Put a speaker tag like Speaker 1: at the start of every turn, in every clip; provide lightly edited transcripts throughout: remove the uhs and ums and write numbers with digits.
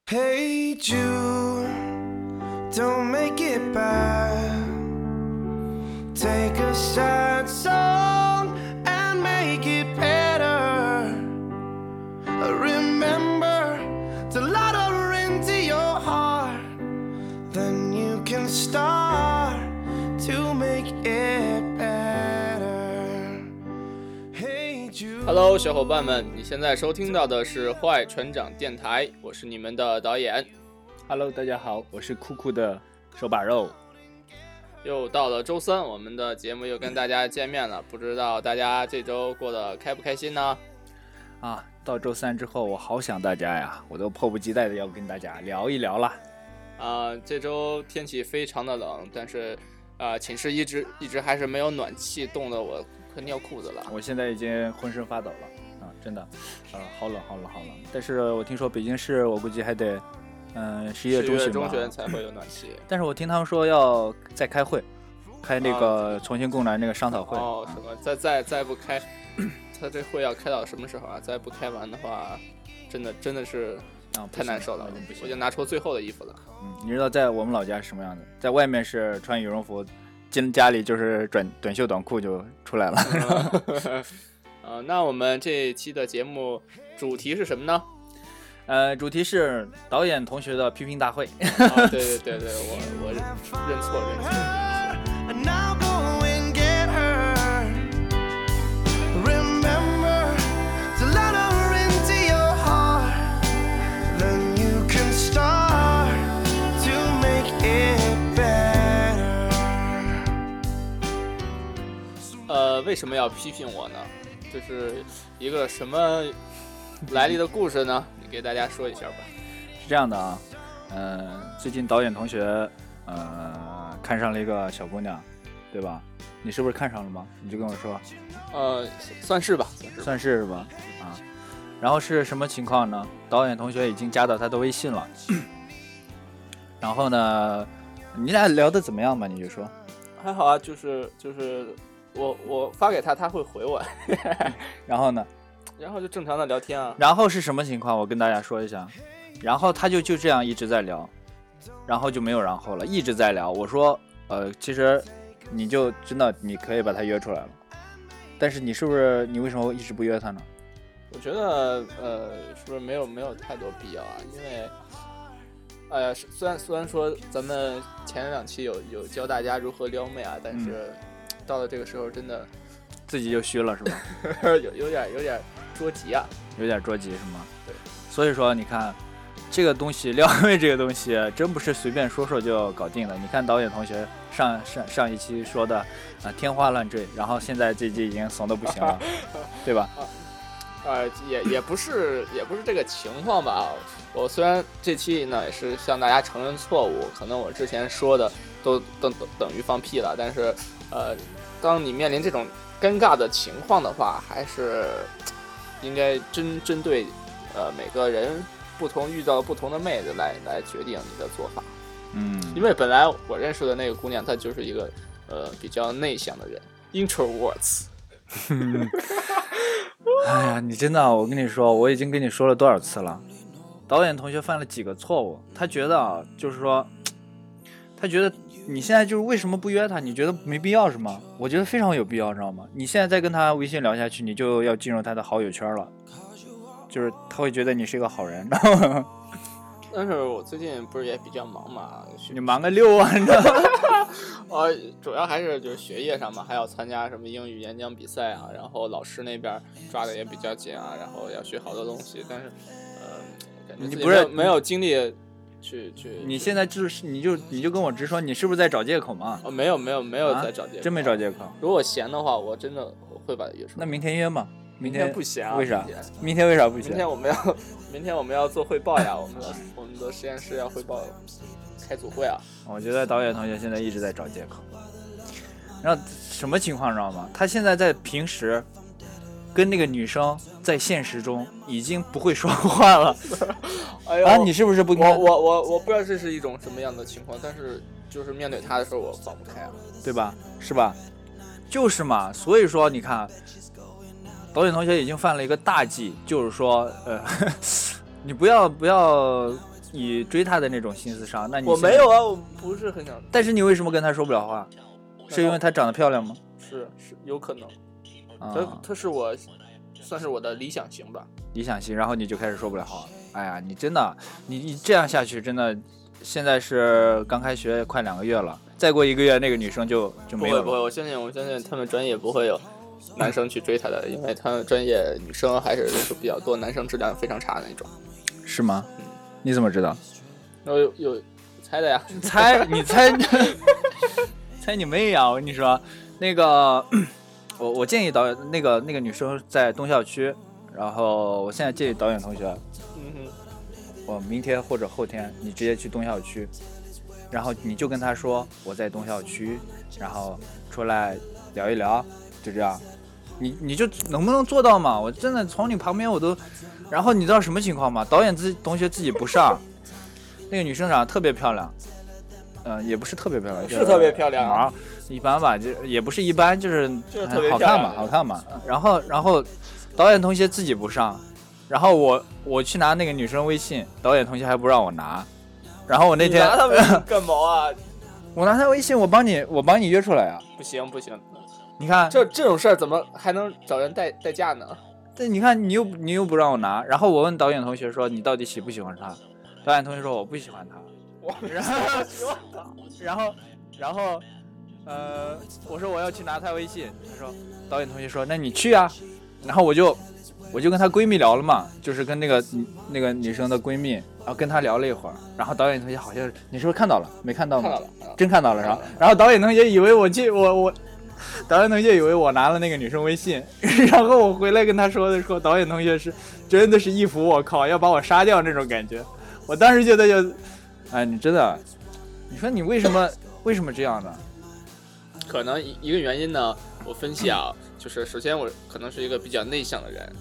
Speaker 1: Hey Jude, don't make it bad. Take a sad song and make it better. Remember to let her into your heart. Then you can start to make it better. Hey
Speaker 2: Jude。Hello， 小伙伴们，你现在收听到的是坏船长电台，我是你们的导演。
Speaker 3: Hello， 大家好，我是酷酷的手把肉。
Speaker 2: 又到了周三，我们的节目又跟大家见面了，不知道大家这周过得开不开心呢？
Speaker 3: 到周三之后，我好想大家呀，我都迫不及待的要跟大家聊一聊了。
Speaker 2: 这周天气非常的冷，但是寝室一直还是没有暖气，冻得我快尿裤子了。
Speaker 3: 我现在已经浑身发抖了真的，好冷。但是我听说北京市，我估计还得11月中旬
Speaker 2: 才会有暖气。
Speaker 3: 但是我听他们说要再开会，开那个重新供暖那个商讨会。
Speaker 2: 什么？再不开，他这会要开到什么时候啊？再不开完的话，真的是太难受了。我就拿出最后的衣服了。
Speaker 3: 你知道在我们老家是什么样的？在外面是穿羽绒服，进家里就是短袖短裤就出来了。
Speaker 2: 那我们这一期的节目主题是什么呢？
Speaker 3: 主题是导演同学的批评大会。
Speaker 2: 对，我认错。为什么要批评我呢？这是一个什么来历的故事呢？你给大家说一下吧。
Speaker 3: 是这样的啊，最近导演同学看上了一个小姑娘，对吧？你是不是看上了吗？你就跟我说。
Speaker 2: 算是吧。
Speaker 3: 然后是什么情况呢？导演同学已经加到他的微信了。然后呢，你俩聊得怎么样吧？你就说。
Speaker 2: 还好啊，就是我发给他，他会回我。
Speaker 3: 然后呢？
Speaker 2: 然后就正常的聊天啊。
Speaker 3: 然后是什么情况？我跟大家说一下。然后他就这样一直在聊，然后就没有然后了，一直在聊。我说，其实你就真的你可以把他约出来了，但是你为什么一直不约他呢？
Speaker 2: 我觉得是不是没有太多必要啊？因为虽然说咱们前2期有教大家如何撩妹啊，但是到了这个时候真的
Speaker 3: 自己就虚了是吧？
Speaker 2: 有点着急啊，
Speaker 3: 有点着急是吗？
Speaker 2: 对，
Speaker 3: 所以说你看这个东西，撩妹这个东西真不是随便说就搞定了。你看导演同学上一期说的天花乱坠，然后现在这集已经怂得不行了，对吧？
Speaker 2: 也不是这个情况吧。我虽然这期呢也是向大家承认错误，可能我之前说的都等于放屁了，但是当你面临这种尴尬的情况的话，还是应该针对每个人遇到不同的妹子来决定你的做法。因为本来我认识的那个姑娘，她就是一个比较内向的人 ，introverts。
Speaker 3: 哎呀，你真的，我跟你说，我已经跟你说了多少次了。导演同学犯了几个错误，他觉得你现在就是为什么不约他？你觉得没必要是吗？我觉得非常有必要，知道吗？你现在再跟他微信聊下去，你就要进入他的好友圈了，就是他会觉得你是一个好人，知道吗？
Speaker 2: 但是我最近不是也比较忙嘛，
Speaker 3: 你忙个6啊，你知道吗？
Speaker 2: 主要还是就是学业上嘛，还要参加什么英语演讲比赛啊，然后老师那边抓的也比较紧啊，然后要学好多东西，但是感觉自己没有精力去。
Speaker 3: 你现在你就跟我直说，你是不是在找借口嘛？
Speaker 2: 没有在找借口，
Speaker 3: 真没找借口。
Speaker 2: 如果闲的话，我真的会把它约出来。
Speaker 3: 那明天约嘛？
Speaker 2: 明天不行啊？
Speaker 3: 为啥？明天为啥不行？
Speaker 2: 明天我们要做汇报呀，我们的实验室要汇报，开组会啊。
Speaker 3: 我觉得导演同学现在一直在找借口。然后什么情况知道吗？他现在在平时跟那个女生在现实中已经不会说话了。你是不是不应该？
Speaker 2: 我不知道这是一种什么样的情况，但是就是面对他的时候我放不开啊，
Speaker 3: 对吧？是吧？就是嘛，所以说你看，导演同学已经犯了一个大忌，就是说你不要以追她的那种心思上，那你
Speaker 2: 我没有啊，我不是很想。
Speaker 3: 但是你为什么跟她说不了话？是因为她长得漂亮吗？
Speaker 2: 是有可能，
Speaker 3: 啊，
Speaker 2: 她是我算是我的理想型吧。
Speaker 3: 理想型，然后你就开始说不了话。哎呀，你真的，你这样下去真的，现在是刚开学快2个月了，再过1个月那个女生就没有了。
Speaker 2: 不会，我相信他们专业不会有男生去追她的，因为他们专业女生还是比较多，男生质量非常差的那种。
Speaker 3: 是吗？你怎么知道？
Speaker 2: 有猜的呀？
Speaker 3: 你猜猜你妹呀！我跟你说，那个我建议导演那个女生在东校区，然后我现在建议导演同学，我明天或者后天你直接去东校区，然后你就跟他说我在东校区，然后出来聊一聊，就这样。你就能不能做到嘛？我真的从你旁边我都，然后你知道什么情况吗？导演同学自己不上，那个女生长得特别漂亮，也不是特别漂亮，
Speaker 2: 是特别漂亮啊，
Speaker 3: 一般吧，就也不是一般，就是
Speaker 2: 特别
Speaker 3: 好看嘛，好看嘛。然后导演同学自己不上，然后我去拿那个女生微信，导演同学还不让我拿，然后我那天
Speaker 2: 你拿他微信干嘛啊？
Speaker 3: 我拿他微信，我帮你约出来啊。
Speaker 2: 不行，
Speaker 3: 你看
Speaker 2: 这种事儿怎么还能找人代驾呢？
Speaker 3: 这你看你又不让我拿，然后我问导演同学说你到底喜不喜欢他？导演同学说我不喜欢他。然后我说我要去拿他微信，他说导演同学说那你去啊，然后我就跟她闺蜜聊了嘛，就是跟那个女生的闺蜜，然后跟她聊了一会儿，然后导演同学好像你是不是看到了？没看到吗？
Speaker 2: 看到了，
Speaker 3: 真看到了是吧？然后导演同学以为我导演同学以为我拿了那个女生微信，然后我回来跟他说的时候，导演同学是真的是一副我靠要把我杀掉那种感觉，我当时觉得就，哎，你真的，你说你为什么这样呢？
Speaker 2: 可能一个原因呢，我分析啊，就是首先我可能是一个比较内向的人，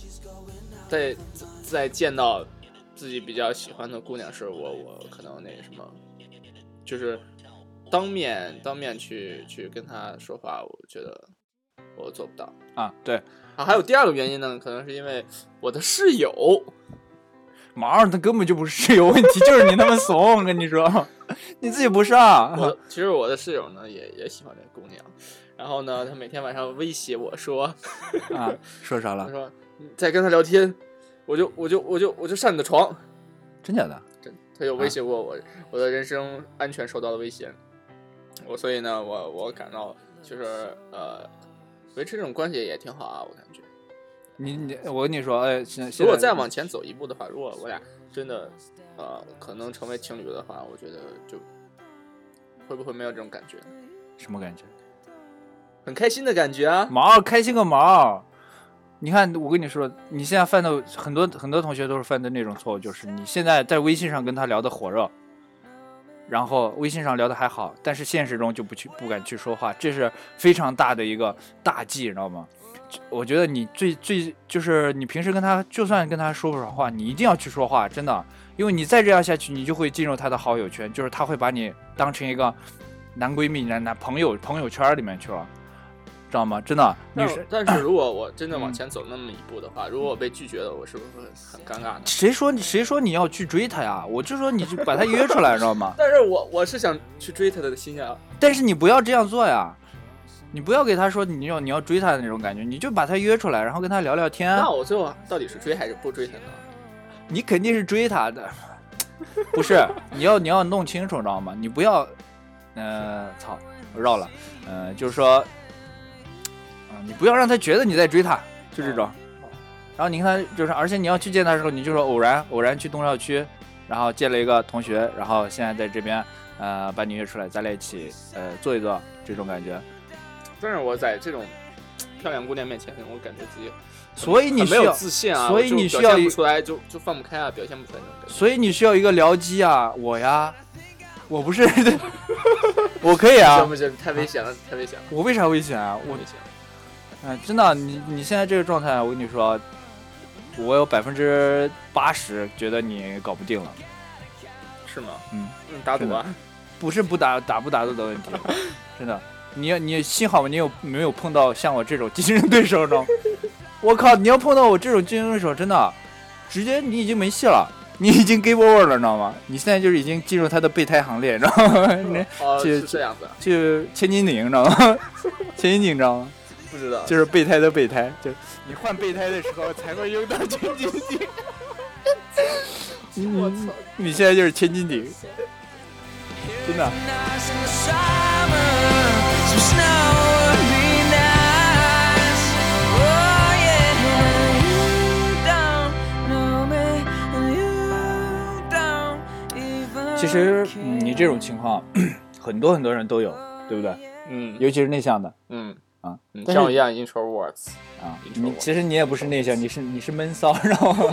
Speaker 2: 在见到自己比较喜欢的姑娘时，我可能那什么，就是当面去跟她说话，我觉得我做不到
Speaker 3: 啊。对
Speaker 2: 啊，还有第二个原因呢，可能是因为我的室友。
Speaker 3: 毛他根本就不是室友问题，就是你那么怂，我跟你说，你自己不上。
Speaker 2: 其实我的室友呢也喜欢这个姑娘，然后呢，他每天晚上威胁我说，
Speaker 3: 啊，说啥了？
Speaker 2: 他说你再跟他聊天，我就上你的床。
Speaker 3: 真假的？
Speaker 2: 真，他有威胁过我，我的人身安全受到了威胁。所以呢，我感到就是维持这种关系也挺好啊，我感觉。
Speaker 3: 我跟你说，哎，
Speaker 2: 如果再往前走一步的话，如果我俩真的可能成为情侣的话，我觉得就会不会没有这种感觉？
Speaker 3: 什么感觉？
Speaker 2: 很开心的感觉啊！
Speaker 3: 毛开心个毛！你看，我跟你说，你现在犯的很多同学都是犯的那种错误，就是你现在在微信上跟他聊的火热，然后微信上聊的还好，但是现实中就不敢去说话，这是非常大的一个大忌，你知道吗？我觉得你最就是你平时跟他就算跟他说不少话，你一定要去说话，真的，因为你再这样下去，你就会进入他的好友圈，就是他会把你当成一个男闺蜜、男朋友圈里面去了，知道吗？真的。
Speaker 2: 但是如果我真的往前走那么一步的话，如果我被拒绝了，我是不是会很尴尬呢？
Speaker 3: 谁说你要去追他呀？我就说你就把他约出来，知道吗？
Speaker 2: 但是我是想去追他的心啊。
Speaker 3: 但是你不要这样做呀。你不要给他说你要追他的那种感觉，你就把他约出来，然后跟他聊聊天。
Speaker 2: 那我最后到底是追还是不追他呢？
Speaker 3: 你肯定是追他的，不是？你要弄清楚，知道吗？你不要，我绕了，就是说，你不要让他觉得你在追他，就这种。然后你看他就是，而且你要去见他的时候，你就说偶然去东校区，然后见了一个同学，然后现在在这边，把你约出来，咱俩一起坐一坐，这种感觉。
Speaker 2: 但是我在这种漂亮姑娘面前，我感觉自己，
Speaker 3: 所以你需要
Speaker 2: 没有自信啊，
Speaker 3: 所以你需要
Speaker 2: 表现不出来，就放不开啊，表现不出来那种感觉。
Speaker 3: 所以你需要一个僚机啊，我呀，我不是，我可以啊，
Speaker 2: 不是太危险了，太危险了。
Speaker 3: 我为啥危险啊？我
Speaker 2: 危险。
Speaker 3: 真的，你现在这个状态，我跟你说，我有80%觉得你搞不定了。
Speaker 2: 是吗？打赌啊？
Speaker 3: 不是打不打赌的问题，真的。你幸好你没有碰到像我这种竞争对手呢？我靠！你要碰到我这种竞争对手，真的，直接你已经没戏了。 你已经 give over 了，知道吗？你现在就是已经进入他的备胎行列，知道吗？
Speaker 2: 是这样的，
Speaker 3: 就千斤顶，知道吗？千斤顶，知道吗？
Speaker 2: 不知道，
Speaker 3: 就是备胎的备胎，就你换备胎的时候才会用到千斤顶。
Speaker 2: 我操！
Speaker 3: 你现在就是千斤顶，真的。其实你这种情况，很多人都有，对不对？尤其是内向的，
Speaker 2: 像我一样 introverts
Speaker 3: 啊。其实你也不是内向，你是闷骚，知道吗？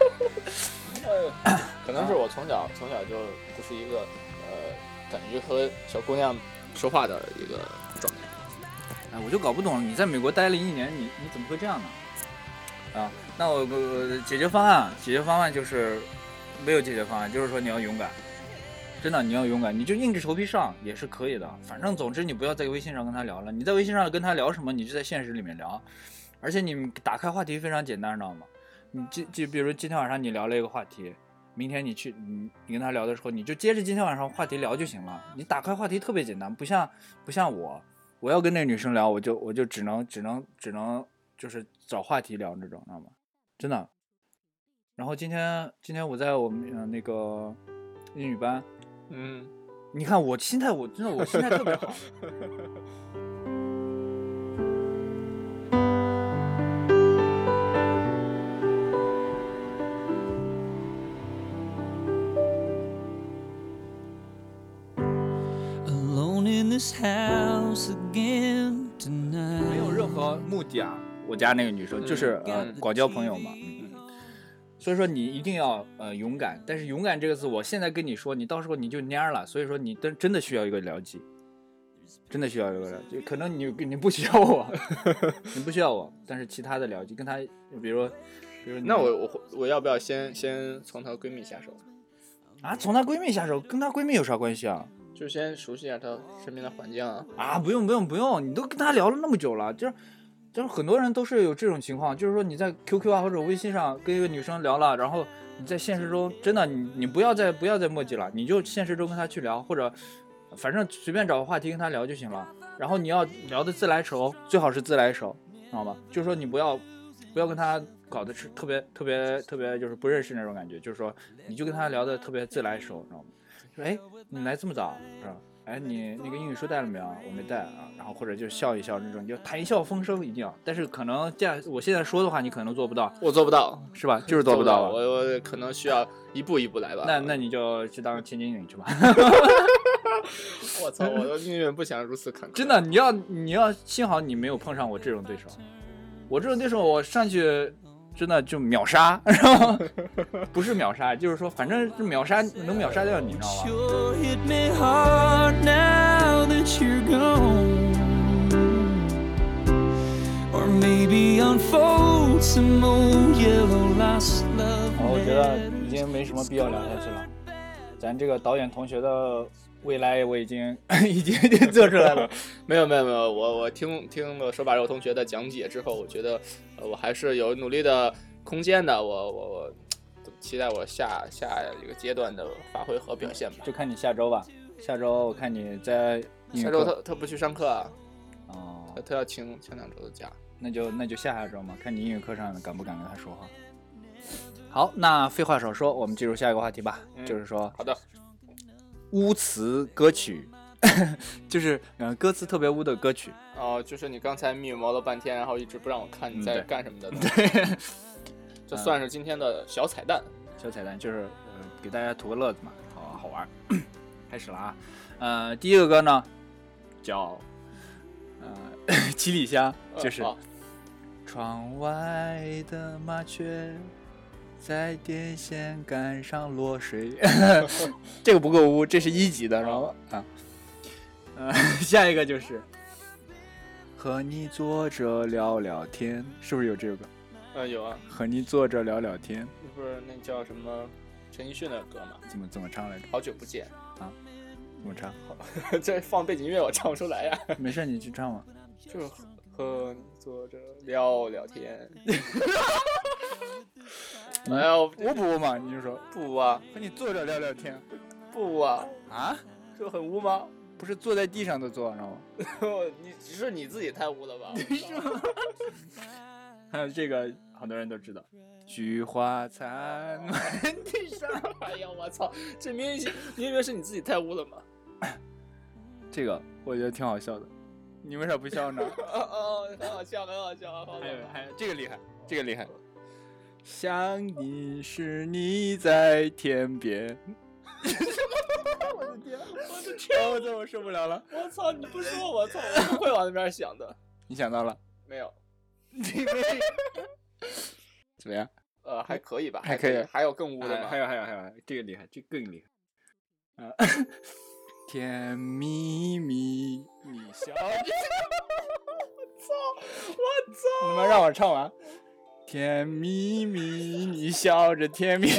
Speaker 2: 可能是我从小就不是一个敢于和小姑娘说话的一个状态。
Speaker 3: 哎，我就搞不懂，你在美国待了1年，你怎么会这样呢？啊，那我解决方案就是没有解决方案，就是说你要勇敢。真的，你要勇敢，你就硬着头皮上也是可以的。反正总之你不要在微信上跟他聊了，你在微信上跟他聊什么，你就在现实里面聊。而且你打开话题非常简单，知道吗？你就比如今天晚上你聊了一个话题，明天你跟他聊的时候，你就接着今天晚上话题聊就行了。你打开话题特别简单，不像我要跟那女生聊，我就只能就是找话题聊这种，知道吗？真的。然后今天我在我们那个英语班。你看我心态特别好。没有任何目的啊，我家那个女生就是广交朋友嘛。所以说你一定要勇敢，但是勇敢这个字，我现在跟你说，你到时候你就蔫了。所以说你真的需要一个了解，真的需要一个了解。可能你不需要我，你不需要我，但是其他的了解，跟他比如
Speaker 2: 那我要不要先从她闺蜜下手
Speaker 3: 啊？从她闺蜜下手，跟她闺蜜有啥关系啊？
Speaker 2: 就先熟悉一下她身边的环境啊。
Speaker 3: 啊，不用，你都跟她聊了那么久了，就是很多人都是有这种情况，就是说你在 QQ 啊或者微信上跟一个女生聊了，然后你在现实中真的你不要再墨迹了，你就现实中跟她去聊，或者反正随便找个话题跟她聊就行了。然后你要聊的自来熟，最好是自来熟，知道吗？就是说你不要跟她搞的是特别就是不认识那种感觉，就是说你就跟她聊的特别自来熟，知道吗？说哎你来这么早是吧？哎，你那个英语书带了没有？我没带啊。然后或者就笑一笑那种，就谈笑风生一定要。但是可能我现在说的话，你可能做不到。
Speaker 2: 我做不到，
Speaker 3: 是吧？就是做不到。
Speaker 2: 我可能需要一步一步来吧。
Speaker 3: 那你就去当千斤顶去吧。
Speaker 2: 我操！我的命运不想如此坎坷。
Speaker 3: 真的，你要幸好你没有碰上我这种对手。我这种对手，我上去真的就秒杀，然后不是秒杀，就是说反正是秒杀，能秒杀掉你，知道吗？我觉得已经没什么必要聊下去了。咱这个导演同学的未来我已经做出来了。
Speaker 2: 没有，我听了手把肉同学的讲解之后，我觉得我还是有努力的空间的。我期待我下一个阶段的发挥和表现吧。
Speaker 3: 就看你下周吧。下周我看你在
Speaker 2: 下周他不去上课啊。
Speaker 3: 哦，
Speaker 2: 他要请2周的假。
Speaker 3: 那就下周嘛，看你英语课上敢不敢跟他说话。好，那废话少说，我们进入下一个话题吧。就是说，
Speaker 2: 好的，
Speaker 3: 污词歌曲，就是歌词特别污的歌曲。
Speaker 2: 哦，就是你刚才密谋了半天，然后一直不让我看你在干什么的。
Speaker 3: 对，
Speaker 2: 这算是今天的小彩蛋。
Speaker 3: 小彩蛋就是给大家图个乐子嘛，好玩。开始了啊，第一个歌呢叫七里香，就是窗外的麻雀在电线杆上落水。这个不够污，这是1级的，知道吗？下一个就是和你坐着聊聊天，是不是有这个歌？
Speaker 2: 有啊，
Speaker 3: 和你坐着聊聊天，
Speaker 2: 不是那叫什么陈奕迅的歌吗？
Speaker 3: 怎么唱来着？
Speaker 2: 好久不见
Speaker 3: 啊，怎么唱？
Speaker 2: 这放背景音乐我唱不出来呀。
Speaker 3: 没事，你去唱嘛。
Speaker 2: 就是和你坐着聊聊天。 哎呀，
Speaker 3: 污不污嘛？你就说
Speaker 2: 不污啊，
Speaker 3: 和你坐着聊聊天
Speaker 2: 不污啊，
Speaker 3: 啊？
Speaker 2: 这很污吗？
Speaker 3: 不是坐在地上都坐，知道吗？
Speaker 2: 你只是你自己太污了吧？
Speaker 3: 还有这个，好多人都知道。菊花残满地伤。
Speaker 2: 哎呀，我操！这明显你以为是你自己太污了吗？
Speaker 3: 这个我觉得挺好笑的，你为啥不笑呢？
Speaker 2: 很好笑，很好笑。
Speaker 3: 还有这个厉害，这个厉害。想你时你在天边。我的天！我受不了了！
Speaker 2: 我操！你不说我操，我不会往那边想的。
Speaker 3: 你想到了？
Speaker 2: 没有。
Speaker 3: 怎么样？
Speaker 2: 还可以吧，
Speaker 3: 还可以。
Speaker 2: 还有更污的吗？
Speaker 3: 还有，这个厉害，这个更厉害。啊！甜蜜蜜，你笑。
Speaker 2: 我操！
Speaker 3: 你们让我唱完。甜蜜蜜，你笑着甜蜜蜜。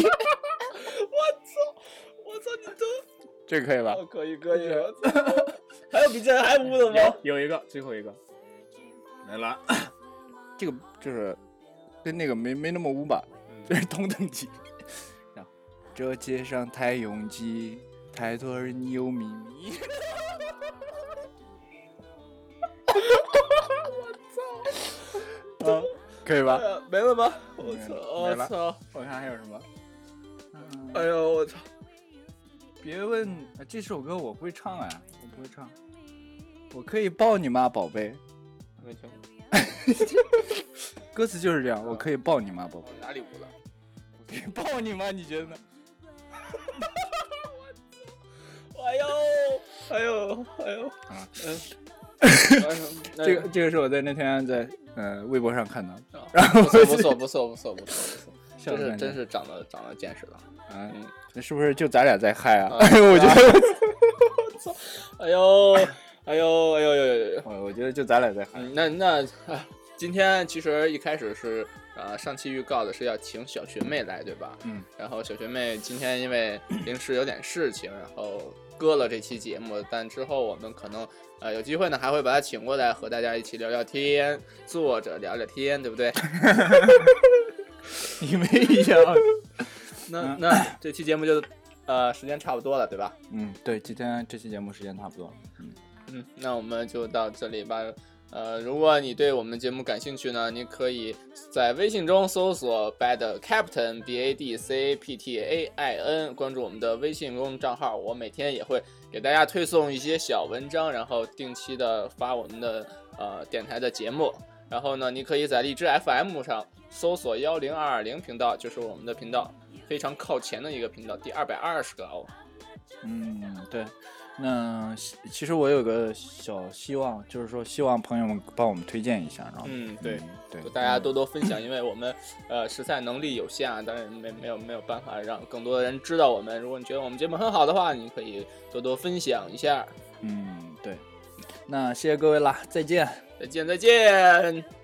Speaker 2: 我操！你都
Speaker 3: 这个可以吧？
Speaker 2: 可以。还有比这还污的吗？
Speaker 3: 有一个，最后一个来了。这个就是跟那个没那么污吧，这是同等级。这街上太拥挤，太多人有秘密。我操！可以吧？
Speaker 2: 没了吗？我操！
Speaker 3: 我看还有什么？
Speaker 2: 哎呦，我操！
Speaker 3: 别问，这首歌我不会唱哎，我不会唱。我可以抱你吗，宝贝？
Speaker 2: 没听过。
Speaker 3: 歌词就是这样，我可以抱你吗，宝贝？
Speaker 2: 哪里污了？
Speaker 3: 我可以抱你吗？你觉得呢？
Speaker 2: 哎呦！
Speaker 3: 啊，这个是我在那天在微博上看到的，然后
Speaker 2: 不错，真是长了见识了
Speaker 3: 啊！那是不是就咱俩在嗨啊？
Speaker 2: 我觉得，我操！哎呦！
Speaker 3: 我觉得就咱俩在嗨。
Speaker 2: 那今天其实一开始是上期预告的是要请小学妹来，对吧？然后小学妹今天因为临时有点事情，然后搁了这期节目，但之后我们可能有机会呢，还会把她请过来和大家一起聊聊天，坐着聊聊天，对不对？
Speaker 3: 你没想。
Speaker 2: 那这期节目就时间差不多了，对吧？
Speaker 3: 对，今天这期节目时间差不多。
Speaker 2: 那我们就到这里吧。如果你对我们节目感兴趣呢，你可以在微信中搜索 Bad Captain BADCAPTAIN， 关注我们的微信公众账号，我每天也会给大家推送一些小文章，然后定期的发我们的电台的节目。然后呢，你可以在荔枝 FM 上搜索10220频道，就是我们的频道，非常靠前的一个频道，第220个哦。
Speaker 3: 对。那其实我有个小希望，就是说希望朋友们帮我们推荐一下，然后
Speaker 2: 对，大家多多分享，因为我们实在能力有限，当然没有办法让更多的人知道我们。如果你觉得我们节目很好的话，你可以多多分享一下。
Speaker 3: 对，那谢谢各位啦，再见。
Speaker 2: 再见。